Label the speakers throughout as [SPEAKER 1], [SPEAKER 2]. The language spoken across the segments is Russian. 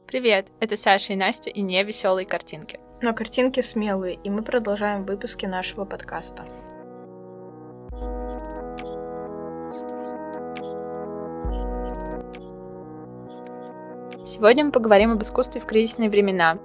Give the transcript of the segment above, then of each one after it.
[SPEAKER 1] Привет, это Саша и Настя и не веселые картинки.
[SPEAKER 2] Но картинки смелые, и мы продолжаем выпуски нашего подкаста.
[SPEAKER 1] Сегодня мы поговорим об искусстве в кризисные времена.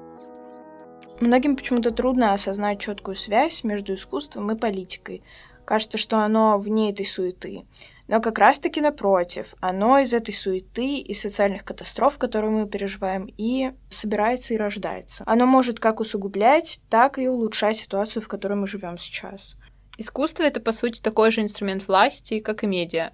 [SPEAKER 2] Многим почему-то трудно осознать четкую связь между искусством и политикой. Кажется, что оно вне этой суеты. Но как раз-таки напротив, оно из этой суеты и социальных катастроф, которые мы переживаем, и собирается и рождается. Оно может как усугублять, так и улучшать ситуацию, в которой мы живем сейчас.
[SPEAKER 1] Искусство — это, по сути, такой же инструмент власти, как и медиа.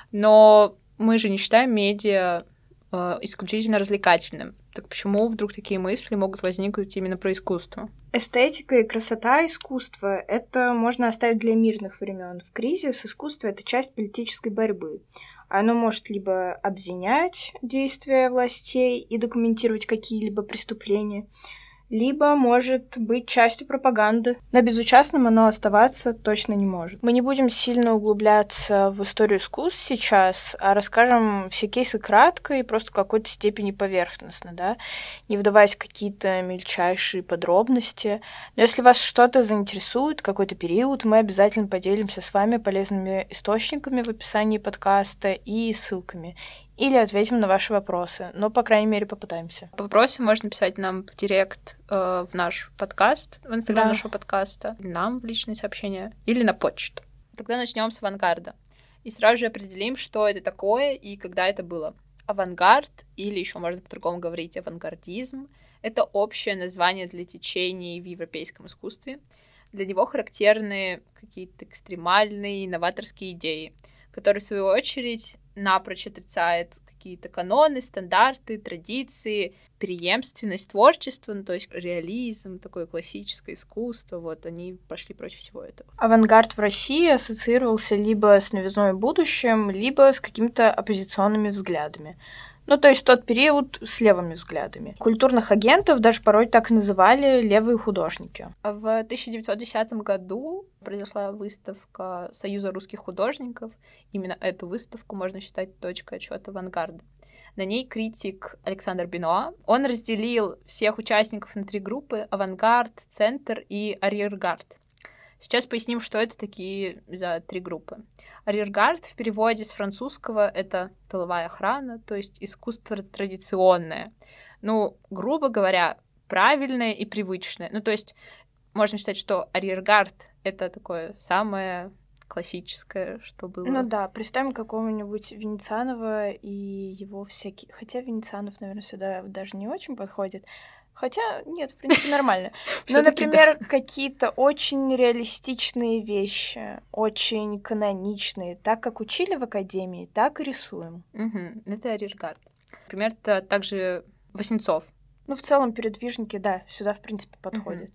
[SPEAKER 1] Но мы же не считаем медиа исключительно развлекательным. Так почему вдруг такие мысли могут возникнуть именно про искусство?
[SPEAKER 2] Эстетика и красота искусства — это можно оставить для мирных времен. В кризис искусство — это часть политической борьбы. Оно может либо обвинять действия властей и документировать какие-либо преступления, либо может быть частью пропаганды. Но безучастным оно оставаться точно не может. Мы не будем сильно углубляться в историю искусств сейчас, а расскажем все кейсы кратко и просто в какой-то степени поверхностно, да, не вдаваясь в какие-то мельчайшие подробности. Но если вас что-то заинтересует, какой-то период, мы обязательно поделимся с вами полезными источниками в описании подкаста и ссылками. Или ответим на ваши вопросы, но, по крайней мере, попытаемся.
[SPEAKER 1] По вопросам можно писать нам в директ в наш подкаст, в инстаграм нашего подкаста, нам в личные сообщения или на почту. Тогда начнем с авангарда. И сразу же определим, что это такое и когда это было. Авангард, или еще можно по-другому говорить авангардизм, это общее название для течений в европейском искусстве. Для него характерны какие-то экстремальные, новаторские идеи, которые, в свою очередь, напрочь отрицает какие-то каноны, стандарты, традиции, преемственность творчества, ну, то есть реализм, такое классическое искусство, вот, они пошли против всего этого.
[SPEAKER 2] Авангард в России ассоциировался либо с новизной в будущем, либо с какими-то оппозиционными взглядами. Ну, то есть тот период с левыми взглядами. Культурных агентов даже порой так и называли левые художники.
[SPEAKER 1] В 1910 году произошла выставка Союза русских художников. Именно эту выставку можно считать точкой отсчета авангарда. На ней критик Александр Бенуа. Он разделил всех участников на 3 группы: авангард, центр и арьергард. Сейчас поясним, что это такие за 3 группы. Арьергард в переводе с французского — это тыловая охрана, то есть искусство традиционное. Ну, грубо говоря, правильное и привычное. Ну, то есть можно считать, что арьергард — это такое самое классическое, что было.
[SPEAKER 2] Ну да, представим какого-нибудь Венецианова и его всякие... Хотя Венецианов, наверное, сюда даже не очень подходит. Хотя, нет, в принципе, нормально. Но, например, какие-то очень реалистичные вещи, очень каноничные. Так как учили в академии, так и рисуем.
[SPEAKER 1] Это арьергард. Например, это также Васнецов.
[SPEAKER 2] Ну, в целом, передвижники, да, сюда, в принципе, подходят.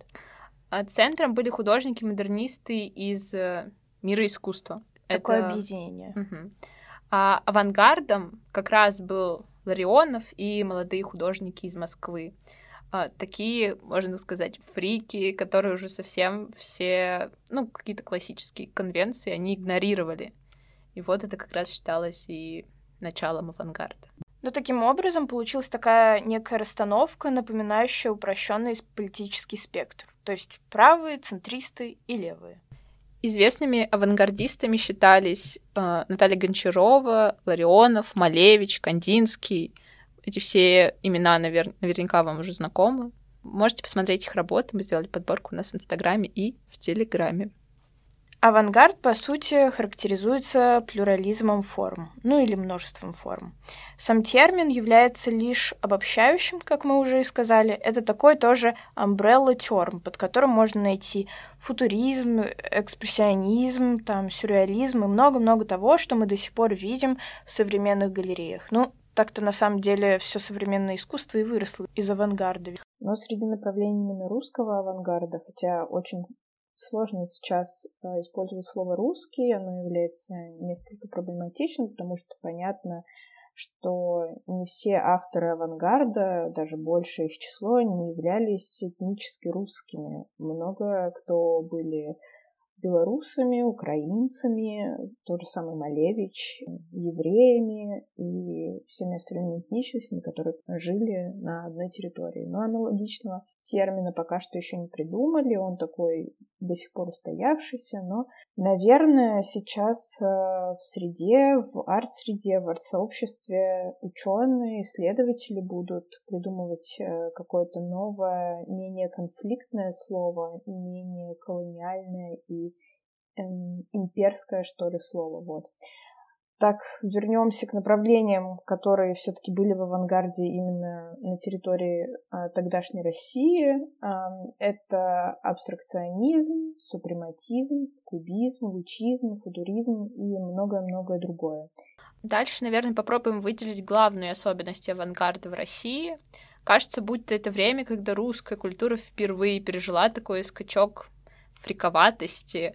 [SPEAKER 1] Центром были художники-модернисты из мира искусства.
[SPEAKER 2] Такое объединение.
[SPEAKER 1] А авангардом как раз был Ларионов и молодые художники из Москвы. Такие, можно сказать, фрики, которые уже совсем все, ну, какие-то классические конвенции, они игнорировали. И вот это как раз считалось и началом авангарда.
[SPEAKER 2] Ну, таким образом, получилась такая некая расстановка, напоминающая упрощенный политический спектр. То есть правые, центристы и левые.
[SPEAKER 1] Известными авангардистами считались Наталья Гончарова, Ларионов, Малевич, Кандинский. Эти все имена наверняка вам уже знакомы. Можете посмотреть их работы. Мы сделали подборку у нас в Инстаграме и в Телеграме.
[SPEAKER 2] Авангард, по сути, характеризуется плюрализмом форм, ну или множеством форм. Сам термин является лишь обобщающим, как мы уже и сказали. Это такой тоже umbrella term, под которым можно найти футуризм, экспрессионизм, там, сюрреализм и много-много того, что мы до сих пор видим в современных галереях. Ну, так-то на самом деле все современное искусство и выросло из авангарда.
[SPEAKER 3] Но среди направлений именно русского авангарда, хотя очень сложно сейчас использовать слово «русский», оно является несколько проблематичным, потому что понятно, что не все авторы авангарда, даже большее их число, не являлись этнически русскими. Много кто были белорусами, украинцами, тот же самый Малевич, евреями и всеми остальными этничностями, которые жили на одной территории. Но аналогичного термина пока что еще не придумали, он такой до сих пор устоявшийся, но, наверное, сейчас в среде, в арт-среде, в арт-сообществе ученые, исследователи будут придумывать какое-то новое, менее конфликтное слово, менее колониальное и имперское, что ли, слово. Вот. Так, вернемся к направлениям, которые все-таки были в авангарде именно на территории тогдашней России. Это абстракционизм, супрематизм, кубизм, лучизм, футуризм и многое-многое другое.
[SPEAKER 1] Дальше, наверное, попробуем выделить главные особенности авангарда в России. Кажется, будто это время, когда русская культура впервые пережила такой скачок фриковатости,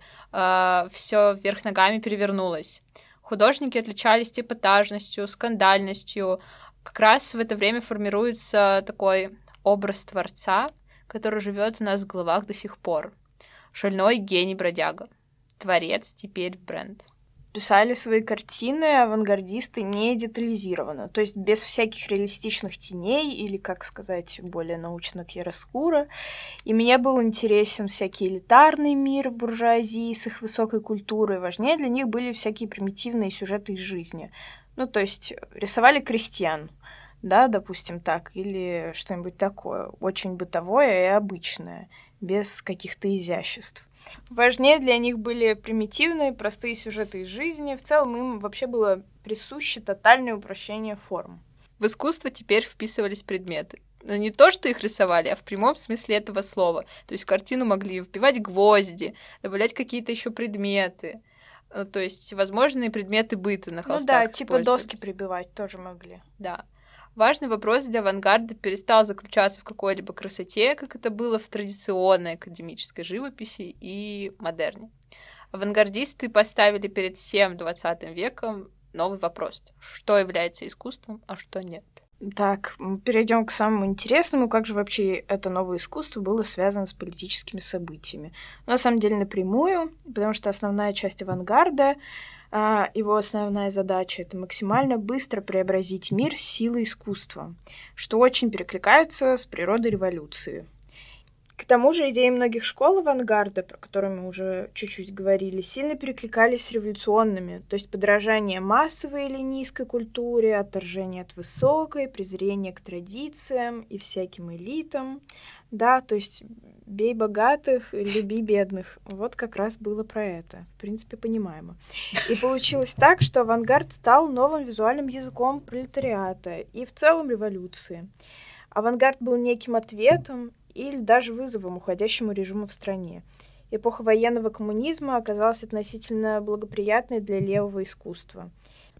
[SPEAKER 1] все вверх ногами перевернулось. Художники отличались эпатажностью, скандальностью. Как раз в это время формируется такой образ творца, который живет в нас в головах до сих пор. Шальной гений-бродяга. Творец теперь бренд.
[SPEAKER 2] Писали свои картины авангардисты не детализированно, то есть без всяких реалистичных теней или, как сказать, более научно кьяроскура. И мне был интересен всякий элитарный мир буржуазии с их высокой культурой. Важнее для них были всякие примитивные сюжеты из жизни. Ну, то есть рисовали крестьян, да, допустим, так, или что-нибудь такое, очень бытовое и обычное, без каких-то изяществ. Важнее для них были примитивные, простые сюжеты из жизни. В целом им вообще было присуще тотальное упрощение форм.
[SPEAKER 1] В искусство теперь вписывались предметы. Но не то, что их рисовали, а в прямом смысле этого слова. То есть в картину могли вбивать гвозди, добавлять какие-то еще предметы. То есть всевозможные предметы быта на холстах.
[SPEAKER 2] Ну да, типа доски прибивать тоже могли.
[SPEAKER 1] Да. Важный вопрос для авангарда перестал заключаться в какой-либо красоте, как это было в традиционной академической живописи и модерне. Авангардисты поставили перед всем 20 веком новый вопрос. Что является искусством, а что нет?
[SPEAKER 2] Так, перейдем к самому интересному. Как же вообще это новое искусство было связано с политическими событиями? На самом деле напрямую, потому что основная часть авангарда, его основная задача — это максимально быстро преобразить мир с силой искусства, что очень перекликается с природой революции. К тому же идеи многих школ авангарда, про которые мы уже чуть-чуть говорили, сильно перекликались с революционными, то есть подражание массовой или низкой культуре, отторжение от высокой, презрение к традициям и всяким элитам. Да, то есть бей богатых, люби бедных. Вот как раз было про это. В принципе, понимаемо. И получилось так, что авангард стал новым визуальным языком пролетариата и в целом революции. Авангард был неким ответом или даже вызовом уходящему режиму в стране. Эпоха военного коммунизма оказалась относительно благоприятной для левого искусства.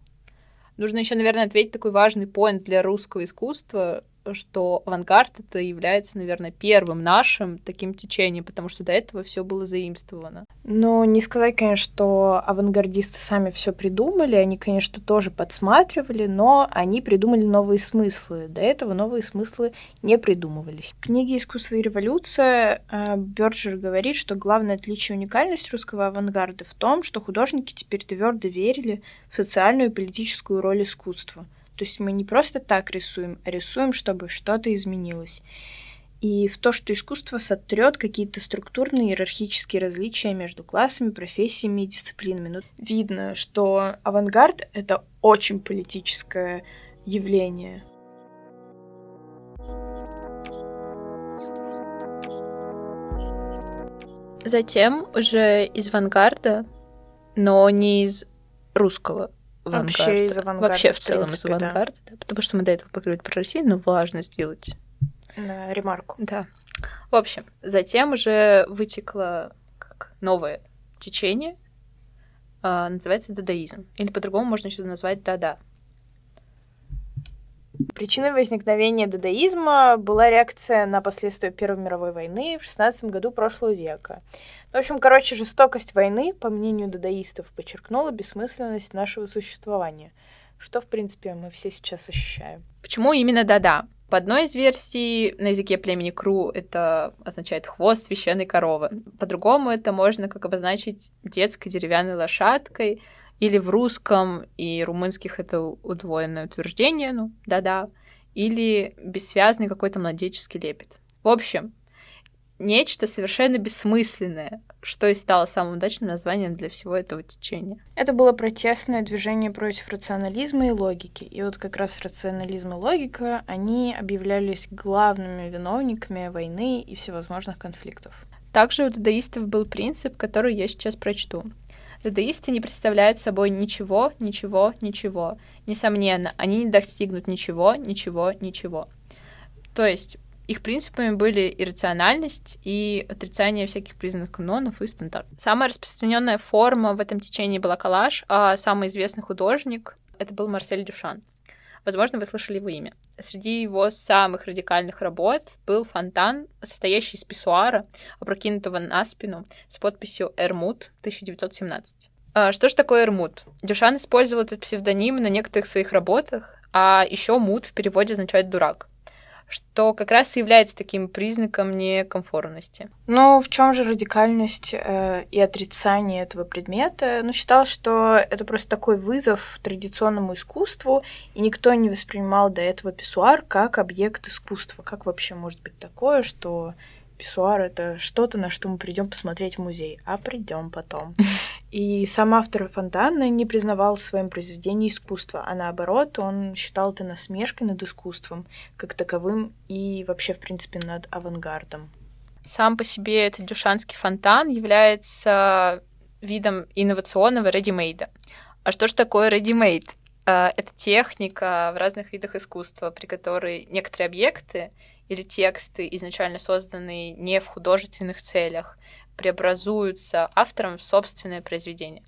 [SPEAKER 1] Нужно еще, наверное, ответить такой важный поинт для русского искусства, что авангард это является, наверное, первым нашим таким течением, потому что до этого все было заимствовано.
[SPEAKER 2] Но не сказать, конечно, что авангардисты сами все придумали, они, конечно, тоже подсматривали, но они придумали новые смыслы. До этого новые смыслы не придумывались. В книге «Искусство и революция» Бёрджер говорит, что главное отличие и уникальность русского авангарда в том, что художники теперь твердо верили в социальную и политическую роль искусства. То есть мы не просто так рисуем, а рисуем, чтобы что-то изменилось. И в то, что искусство сотрет какие-то структурные иерархические различия между классами, профессиями и дисциплинами. Но видно, что авангард — это очень политическое явление.
[SPEAKER 1] Затем уже из авангарда, но не из русского авангарда.
[SPEAKER 2] Вообще из авангарда.
[SPEAKER 1] Вообще в целом из авангарда, да, потому что мы до этого поговорили про Россию, но важно сделать
[SPEAKER 2] ремарку.
[SPEAKER 1] Да. В общем, затем уже вытекло как новое течение, называется дадаизм. Или по-другому можно еще назвать дада.
[SPEAKER 2] Причиной возникновения дадаизма была реакция на последствия Первой мировой войны в 16 году прошлого века. В общем, жестокость войны, по мнению дадаистов, подчеркнула бессмысленность нашего существования, что, в принципе, мы все сейчас ощущаем.
[SPEAKER 1] Почему именно дада? По одной из версий, на языке племени Кру это означает хвост священной коровы. По-другому это можно как обозначить детской деревянной лошадкой, или в русском и румынских это удвоенное утверждение, ну, да-да, или бессвязный какой-то младенческий лепет. В общем, нечто совершенно бессмысленное, что и стало самым удачным названием для всего этого течения.
[SPEAKER 2] Это было протестное движение против рационализма и логики. И вот как раз рационализм и логика, они объявлялись главными виновниками войны и всевозможных конфликтов.
[SPEAKER 1] Также у дадаистов был принцип, который я сейчас прочту. Дадаисты не представляют собой ничего. Несомненно, они не достигнут ничего. То есть их принципами были иррациональность и отрицание всяких признанных канонов и стандартов. Самая распространенная форма в этом течении была коллаж, а самый известный художник — это был Марсель Дюшан. Возможно, вы слышали его имя. Среди его самых радикальных работ был фонтан, состоящий из писсуара, опрокинутого на спину, с подписью «Эрмут» 1917. Что же такое Эрмут? Дюшан использовал этот псевдоним на некоторых своих работах, а еще «мут» в переводе означает «дурак», что как раз и является таким признаком неконформности.
[SPEAKER 2] Ну, в чем же радикальность и отрицание этого предмета? Считал, что это просто такой вызов традиционному искусству, и никто не воспринимал до этого писсуар как объект искусства. Как вообще может быть такое, что писсуар — это что-то, на что мы придем посмотреть в музей, а придем потом. И сам автор фонтана не признавал в своем произведении искусства, а наоборот, он считал это насмешкой над искусством как таковым и вообще, в принципе, над авангардом.
[SPEAKER 1] Сам по себе этот дюшанский фонтан является видом инновационного ready-made. А что же такое ready-made? Это техника в разных видах искусства, при которой некоторые объекты или тексты, изначально созданные не в художественных целях, преобразуются автором в собственное произведение.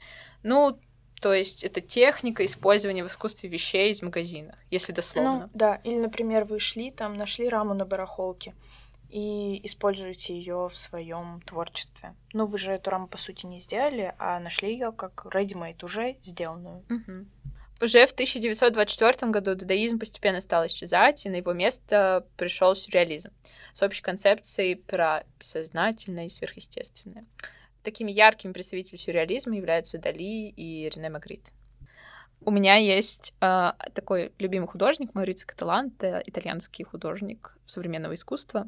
[SPEAKER 1] То есть это техника использования в искусстве вещей из магазина, если дословно.
[SPEAKER 2] Да, или, например, вы нашли раму на барахолке и используете ее в своем творчестве. Вы же эту раму, по сути, не сделали, а нашли ее как ready-made, уже сделанную.
[SPEAKER 1] Угу. Уже в 1924 году дадаизм постепенно стал исчезать, и на его место пришел сюрреализм с общей концепцией про бессознательное и сверхъестественное. Такими яркими представителями сюрреализма являются Дали и Рене Магрит. У меня есть такой любимый художник Маурицио Кателан, это итальянский художник современного искусства,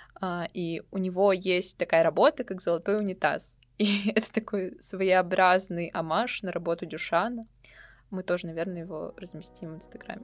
[SPEAKER 1] и у него есть такая работа, как «Золотой унитаз». И это такой своеобразный омаж на работу Дюшана. Мы тоже, наверное, его разместим в Инстаграме.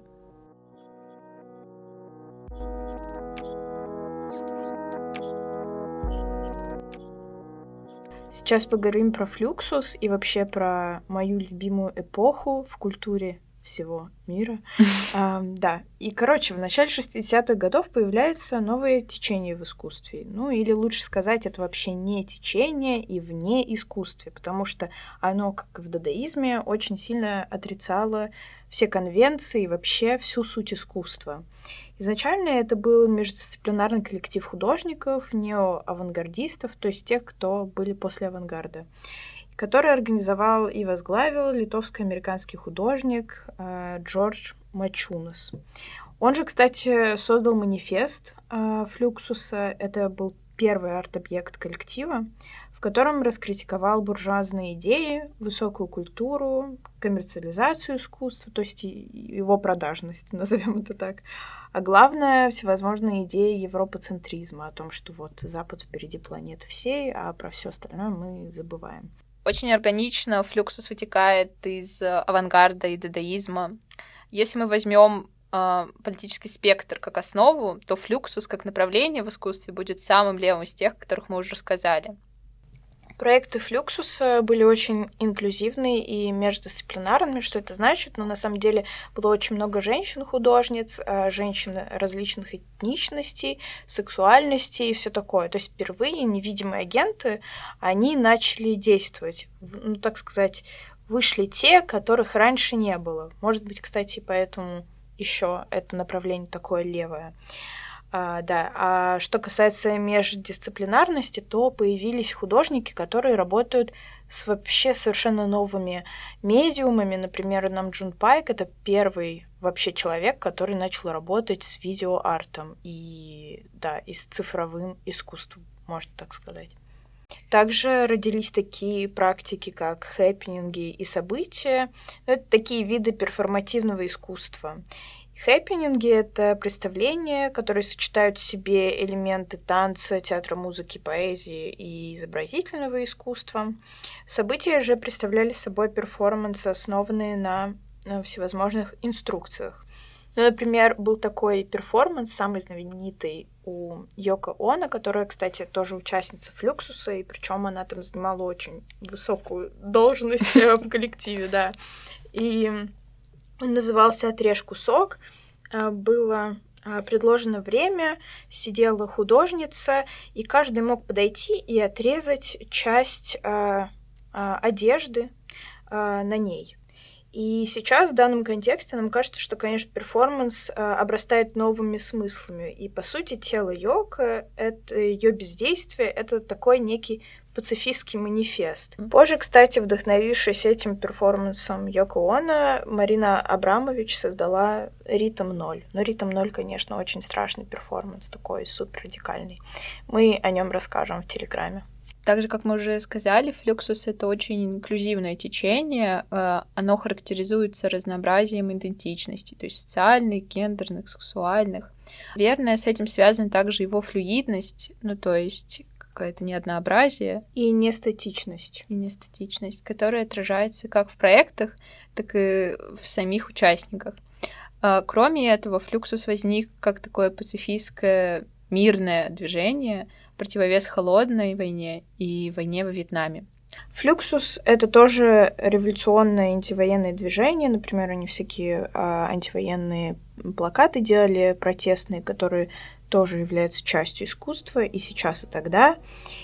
[SPEAKER 2] Сейчас поговорим про флюксус и вообще про мою любимую эпоху в культуре всего мира. Да, и, в начале 60-х годов появляется новое течение в искусстве. Или лучше сказать, это вообще не течение и вне искусстве, потому что оно, как и в дадаизме, очень сильно отрицало все конвенции и вообще всю суть искусства. Изначально это был междисциплинарный коллектив художников, неоавангардистов, то есть тех, кто были после авангарда, который организовал и возглавил литовско-американский художник Джордж Мачунас. Он же, кстати, создал манифест флюксуса. Это был первый арт-объект коллектива, в котором раскритиковал буржуазные идеи, высокую культуру, коммерциализацию искусства, то есть его продажность, назовем это так. А главное, всевозможные идеи европоцентризма о том, что Запад впереди планеты всей, а про все остальное мы забываем.
[SPEAKER 1] Очень органично флюксус вытекает из авангарда и дадаизма. Если мы возьмем политический спектр как основу, то флюксус как направление в искусстве будет самым левым из тех, о которых мы уже сказали.
[SPEAKER 2] Проекты флюксуса были очень инклюзивные и междисциплинарными. Что это значит? На самом деле было очень много женщин-художниц, женщин различных этничностей, сексуальностей и все такое. То есть впервые невидимые агенты, они начали действовать. Так сказать, вышли те, которых раньше не было. Может быть, кстати, поэтому еще это направление такое левое. А что касается междисциплинарности, то появились художники, которые работают с вообще совершенно новыми медиумами. Например, Намджун Пайк — это первый вообще человек, который начал работать с видеоартом и с цифровым искусством, можно так сказать. Также родились такие практики, как хэппининги и события. Это такие виды перформативного искусства. Хэппининги — это представления, которые сочетают в себе элементы танца, театра, музыки, поэзии и изобразительного искусства. События же представляли собой перформансы, основанные на всевозможных инструкциях. Например, был такой перформанс, самый знаменитый у Йоко Оно, которая, кстати, тоже участница Флюксуса, и причем она там занимала очень высокую должность в коллективе, да. И он назывался «Отрежь кусок». Было предложено время, сидела художница, и каждый мог подойти и отрезать часть одежды на ней. И сейчас в данном контексте нам кажется, что, конечно, перформанс обрастает новыми смыслами. И, по сути, тело Йоко, это ее бездействие, это такой некий пацифистский манифест. Позже, кстати, вдохновившись этим перформансом Йоко Оно, Марина Абрамович создала «Ритм 0». Но «Ритм 0», конечно, очень страшный перформанс, такой супер радикальный. Мы о нем расскажем в Телеграме.
[SPEAKER 1] Так же, как мы уже сказали, Флюксус — это очень инклюзивное течение. Оно характеризуется разнообразием идентичностей, то есть социальных, гендерных, сексуальных. Наверное, с этим связана также его флюидность, то есть какое-то неоднообразие.
[SPEAKER 2] И нестатичность.
[SPEAKER 1] Которая отражается как в проектах, так и в самих участниках. Кроме этого, Флюксус возник как такое пацифистское мирное движение, противовес холодной войне и войне во Вьетнаме.
[SPEAKER 2] Флюксус — это тоже революционное антивоенное движение. Например, они всякие антивоенные плакаты делали, протестные, которые тоже являются частью искусства и сейчас, и тогда.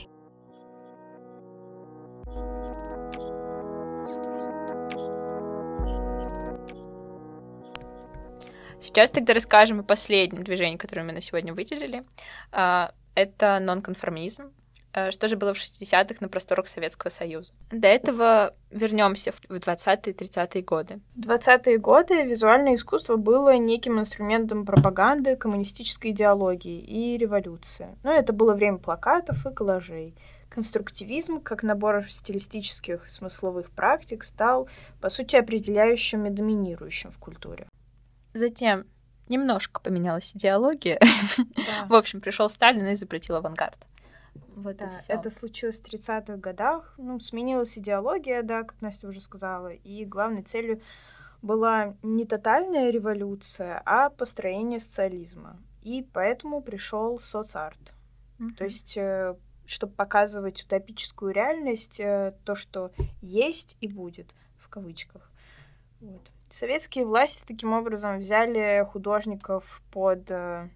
[SPEAKER 1] Сейчас тогда расскажем о последнем движении, которое мы на сегодня выделили. Это нонконформизм. Что же было в 60-х на просторах Советского Союза? До этого вернемся в 20-е, 30-е годы.
[SPEAKER 2] В 20-е годы визуальное искусство было неким инструментом пропаганды коммунистической идеологии и революции. Это было время плакатов и коллажей. Конструктивизм, как набор стилистических и смысловых практик, стал, по сути, определяющим и доминирующим в культуре.
[SPEAKER 1] Затем немножко поменялась идеология.
[SPEAKER 2] Да.
[SPEAKER 1] В общем, пришел Сталин и запретил авангард.
[SPEAKER 2] Это случилось в 30-х годах. Сменилась идеология, как Настя уже сказала, и главной целью была не тотальная революция, а построение социализма. И поэтому пришел соцарт. То есть, чтобы показывать утопическую реальность, то, что есть и будет, в кавычках. Советские власти таким образом взяли художников под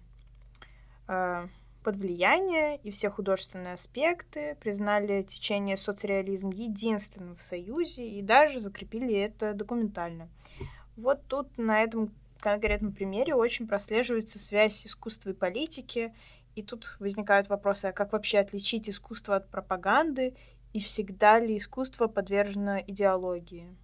[SPEAKER 2] влияние и все художественные аспекты, признали течение соцреализм единственным в Союзе и даже закрепили это документально. Тут на этом конкретном примере очень прослеживается связь искусства и политики, и тут возникают вопросы, а как вообще отличить искусство от пропаганды, и всегда ли искусство подвержено идеологии?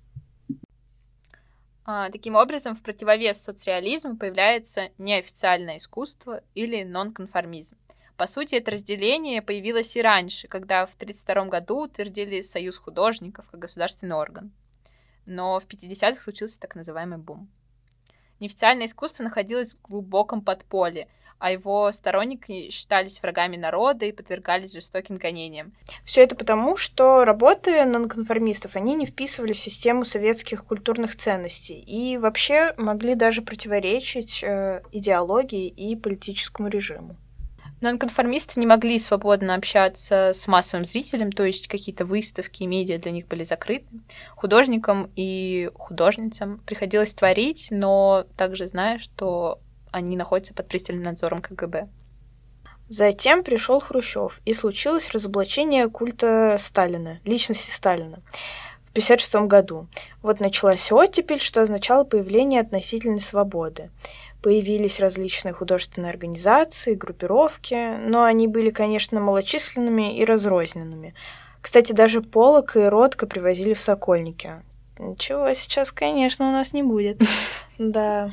[SPEAKER 1] Таким образом, в противовес соцреализму появляется неофициальное искусство или нонконформизм. По сути, это разделение появилось и раньше, когда в 1932 году утвердили Союз художников как государственный орган. Но в 50-х случился так называемый бум. Неофициальное искусство находилось в глубоком подполье, а его сторонники считались врагами народа и подвергались жестоким гонениям.
[SPEAKER 2] Все это потому, что работы нонконформистов, они не вписывали в систему советских культурных ценностей и вообще могли даже противоречить идеологии и политическому режиму.
[SPEAKER 1] Нонконформисты не могли свободно общаться с массовым зрителем, то есть какие-то выставки и медиа для них были закрыты. Художникам и художницам приходилось творить, но также зная, что они находятся под пристальным надзором КГБ.
[SPEAKER 2] Затем пришел Хрущев, и случилось разоблачение культа Сталина, личности Сталина. В 1956 году. Вот началась оттепель, что означало появление относительной свободы. Появились различные художественные организации, группировки, но они были, конечно, малочисленными и разрозненными. Кстати, даже Поллока и Ротко привозили в Сокольники. Чего сейчас, конечно, у нас не будет. Да.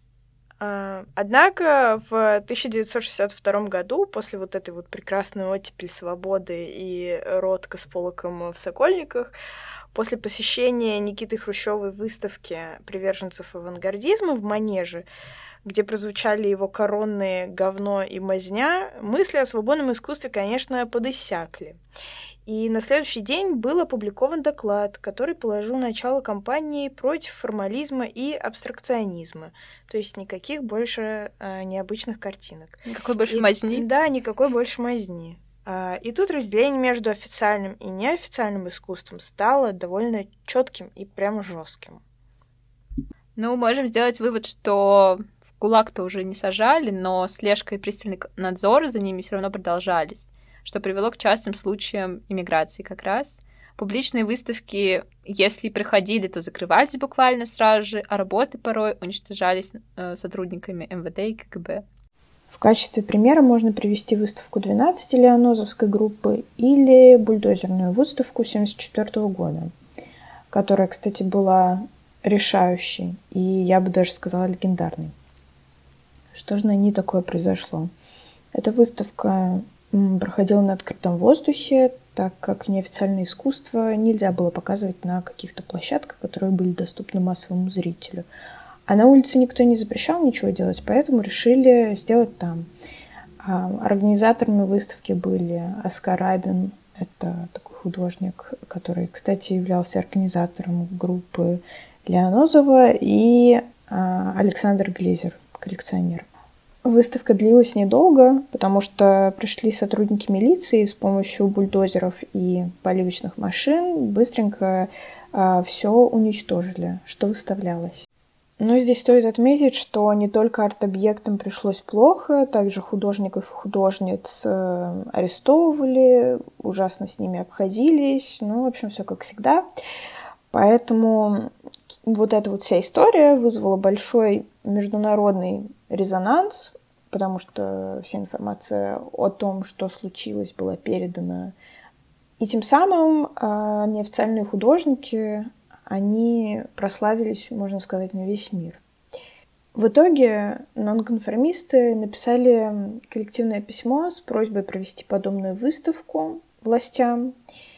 [SPEAKER 2] Однако в 1962 году, после вот этой вот прекрасной оттепели свободы и Ротко с Поллоком в Сокольниках, после посещения Никиты Хрущёвой выставки приверженцев авангардизма в Манеже, где прозвучали его коронные «говно» и «мазня», мысли о свободном искусстве, конечно, подиссякли. И на следующий день был опубликован доклад, который положил начало кампании против формализма и абстракционизма. То есть никаких больше необычных картинок.
[SPEAKER 1] Никакой больше мазни?
[SPEAKER 2] Да, никакой больше мазни. И тут разделение между официальным и неофициальным искусством стало довольно четким и прям жестким.
[SPEAKER 1] Ну, можем сделать вывод, что в ГУЛАГ-то уже не сажали, но слежка и пристальный надзор за ними все равно продолжались, что привело к частым случаям иммиграции как раз. Публичные выставки, если проходили, то закрывались буквально сразу же, а работы порой уничтожались сотрудниками МВД и КГБ.
[SPEAKER 3] В качестве примера можно привести выставку 12 Лианозовской группы или бульдозерную выставку 1974 года, которая, кстати, была решающей и, я бы даже сказала, легендарной. Что же на ней такое произошло? Эта выставка проходила на открытом воздухе, так как неофициальное искусство нельзя было показывать на каких-то площадках, которые были доступны массовому зрителю. А на улице никто не запрещал ничего делать, поэтому решили сделать там. Организаторами выставки были Оскар Рабин, это такой художник, который, кстати, являлся организатором группы Лианозова, и Александр Глизер, коллекционер. Выставка длилась недолго, потому что пришли сотрудники милиции с помощью бульдозеров и поливочных машин, быстренько все уничтожили, что выставлялось. Но здесь стоит отметить, что не только арт-объектам пришлось плохо, также художников и художниц арестовывали, ужасно с ними обходились, в общем, все как всегда. Поэтому вот эта вот вся история вызвала большой международный резонанс, потому что вся информация о том, что случилось, была передана. И тем самым неофициальные художники, они прославились, можно сказать, на весь мир. В итоге нонконформисты написали коллективное письмо с просьбой провести подобную выставку властям,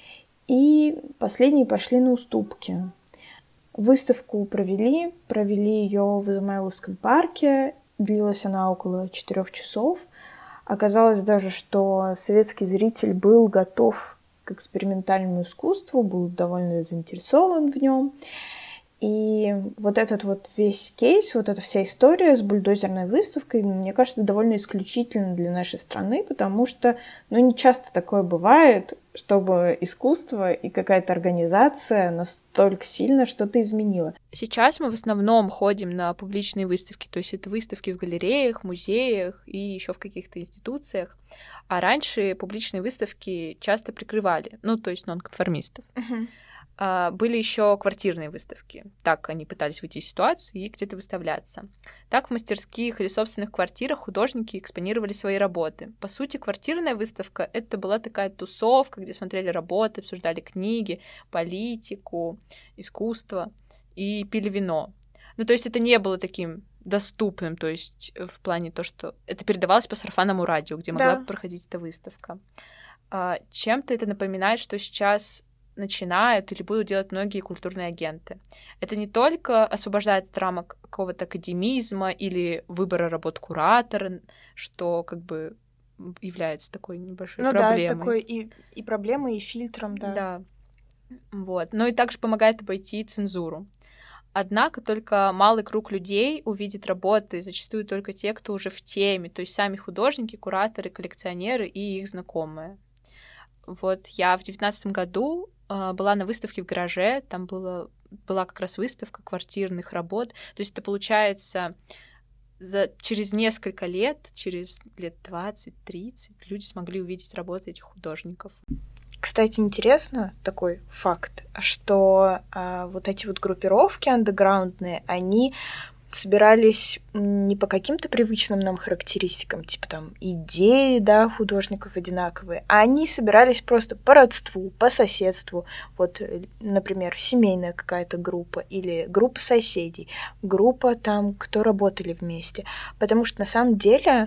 [SPEAKER 3] и последние пошли на уступки. Выставку провели ее в Измайловском парке, длилась она около 4 часов. Оказалось даже, что советский зритель был готов к экспериментальному искусству, был довольно заинтересован в нем. И вот этот вот весь кейс, вот эта вся история с бульдозерной выставкой, мне кажется, довольно исключительна для нашей страны, потому что, не часто такое бывает, чтобы искусство и какая-то организация настолько сильно что-то изменила.
[SPEAKER 1] Сейчас мы в основном ходим на публичные выставки, то есть это выставки в галереях, музеях и еще в каких-то институциях. А раньше публичные выставки часто прикрывали, то есть нонконформистов. Были еще квартирные выставки. Так они пытались выйти из ситуации и где-то выставляться. Так в мастерских или собственных квартирах художники экспонировали свои работы. По сути, квартирная выставка — это была такая тусовка, где смотрели работы, обсуждали книги, политику, искусство и пили вино. То есть это не было таким доступным, то есть в плане то, что это передавалось по сарафанному радио, где могла проходить эта выставка. Чем-то это напоминает, что сейчас начинают или будут делать многие культурные агенты. Это не только освобождает от рамок какого-то академизма или выбора работ куратора, что является такой небольшой проблемой.
[SPEAKER 2] Да, такой и проблемой, и фильтром, да.
[SPEAKER 1] Да. Вот. Но и также помогает обойти цензуру. Однако только малый круг людей увидит работы, зачастую только те, кто уже в теме, то есть сами художники, кураторы, коллекционеры и их знакомые. Вот я в 2019 году была на выставке в гараже, там была как раз выставка квартирных работ. То есть это получается через несколько лет, через лет 20-30 люди смогли увидеть работы этих художников.
[SPEAKER 2] Кстати, интересно такой факт, что вот эти вот группировки андеграундные, они собирались не по каким-то привычным нам характеристикам, типа там идеи, да, художников одинаковые, а они собирались просто по родству, по соседству. Вот, например, семейная какая-то группа или группа соседей, группа там, кто работали вместе. Потому что на самом деле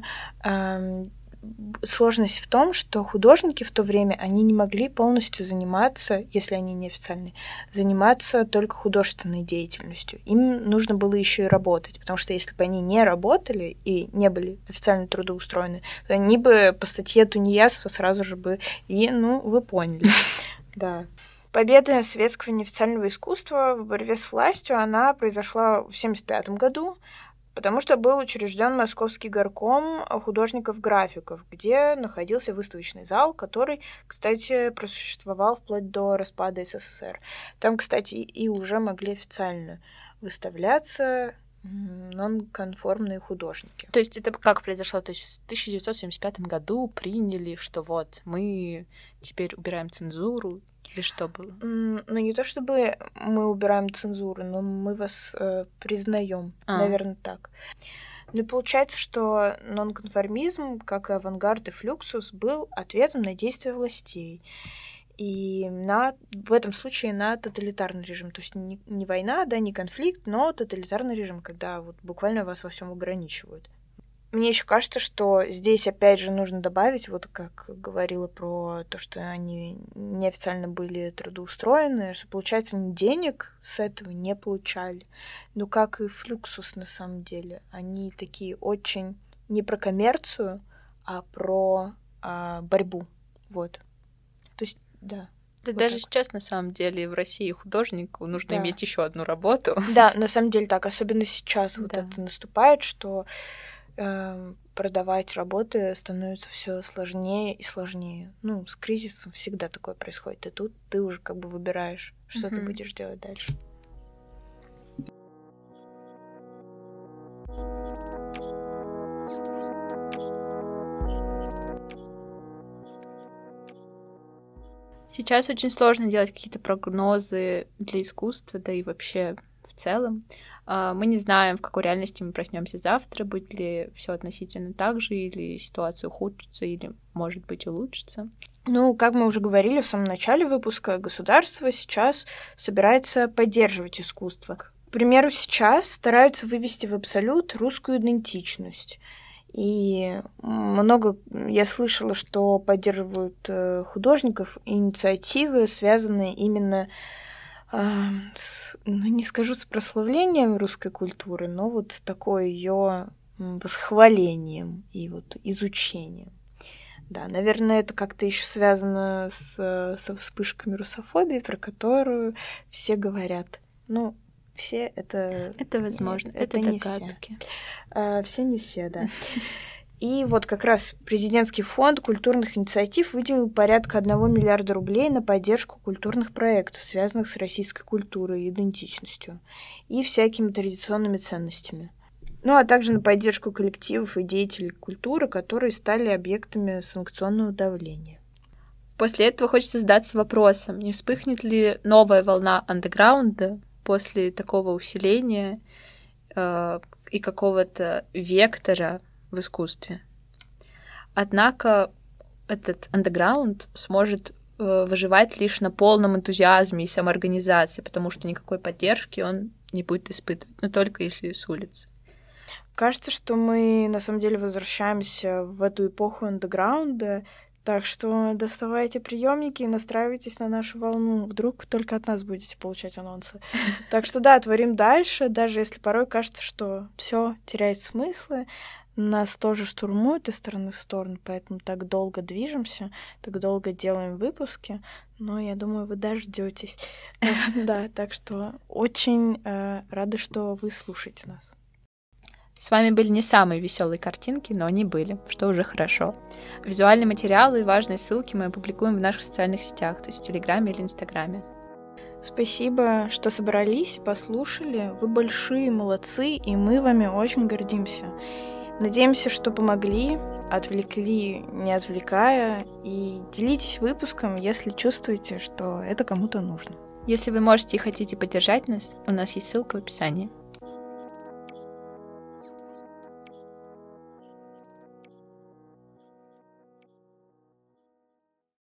[SPEAKER 2] сложность в том, что художники в то время, они не могли полностью заниматься, если они неофициальные, заниматься только художественной деятельностью. Им нужно было еще и работать, потому что если бы они не работали и не были официально трудоустроены, то они бы по статье тунеядства сразу же бы и, вы поняли. Да. Победа светского неофициального искусства в борьбе с властью, она произошла в 1975 году, потому что был учрежден Московский горком художников-графиков, где находился выставочный зал, который, кстати, просуществовал вплоть до распада СССР. Там, кстати, и уже могли официально выставляться нонконформные художники.
[SPEAKER 1] То есть это как произошло? То есть в 1975 году приняли, что вот мы теперь убираем цензуру? Или что было?
[SPEAKER 2] Не то чтобы мы убираем цензуру, но мы вас признаем, наверное, так. И получается, что нонконформизм, как и авангард и флюксус, был ответом на действия властей. И в этом случае на тоталитарный режим. То есть не война, да, не конфликт, но тоталитарный режим, когда вот буквально вас во всем ограничивают. Мне еще кажется, что здесь опять же нужно добавить, вот как говорила про то, что они неофициально были трудоустроены, что, получается, они денег с этого не получали. Ну, как и флюксус на самом деле. Они такие очень не про коммерцию, а про борьбу. Вот. То есть, да.
[SPEAKER 1] Да вот даже так. Сейчас, на самом деле, в России художнику нужно иметь еще одну работу.
[SPEAKER 2] Да, на самом деле так. Особенно сейчас вот это наступает, что продавать работы становится все сложнее и сложнее. С кризисом всегда такое происходит. И тут ты уже как бы выбираешь, что ты будешь делать дальше.
[SPEAKER 1] Сейчас очень сложно делать какие-то прогнозы для искусства, да и вообще в целом. Мы не знаем, в какой реальности мы проснемся завтра, будет ли все относительно так же, или ситуация ухудшится, или, может быть, улучшится.
[SPEAKER 2] Как мы уже говорили в самом начале выпуска, государство сейчас собирается поддерживать искусство. К примеру, сейчас стараются вывести в абсолют русскую идентичность. И я слышала, что поддерживают художников инициативы, связанные именно не скажу с прославлением русской культуры, но вот с такой ее восхвалением и вот изучением. Да, наверное, это как-то еще связано со вспышками русофобии, про которую все говорят. Все это...
[SPEAKER 1] Это возможно, это догадки.
[SPEAKER 2] Все не все, да. И вот как раз президентский фонд культурных инициатив выделил порядка 1 миллиарда рублей на поддержку культурных проектов, связанных с российской культурой и идентичностью, и всякими традиционными ценностями. А также на поддержку коллективов и деятелей культуры, которые стали объектами санкционного давления.
[SPEAKER 1] После этого хочется задаться вопросом, не вспыхнет ли новая волна андеграунда после такого усиления и какого-то вектора в искусстве. Однако этот андеграунд сможет выживать лишь на полном энтузиазме и самоорганизации, потому что никакой поддержки он не будет испытывать, но только если с улицы.
[SPEAKER 2] Кажется, что мы на самом деле возвращаемся в эту эпоху андеграунда, так что доставайте приемники и настраивайтесь на нашу волну. Вдруг только от нас будете получать анонсы. Так что да, творим дальше, даже если порой кажется, что все теряет смыслы. Нас тоже штурмуют из стороны в сторону, поэтому так долго движемся, так долго делаем выпуски, но я думаю, вы дождётесь. Да, так что очень рада, что вы слушаете нас.
[SPEAKER 1] С вами были не самые веселые картинки, но они были, что уже хорошо. Визуальные материалы и важные ссылки мы опубликуем в наших социальных сетях, то есть в Телеграме или Инстаграме.
[SPEAKER 2] Спасибо, что собрались, послушали. Вы большие молодцы, и мы вами очень гордимся. Надеемся, что помогли, отвлекли, не отвлекая, и делитесь выпуском, если чувствуете, что это кому-то нужно.
[SPEAKER 1] Если вы можете и хотите поддержать нас, у нас есть ссылка в описании.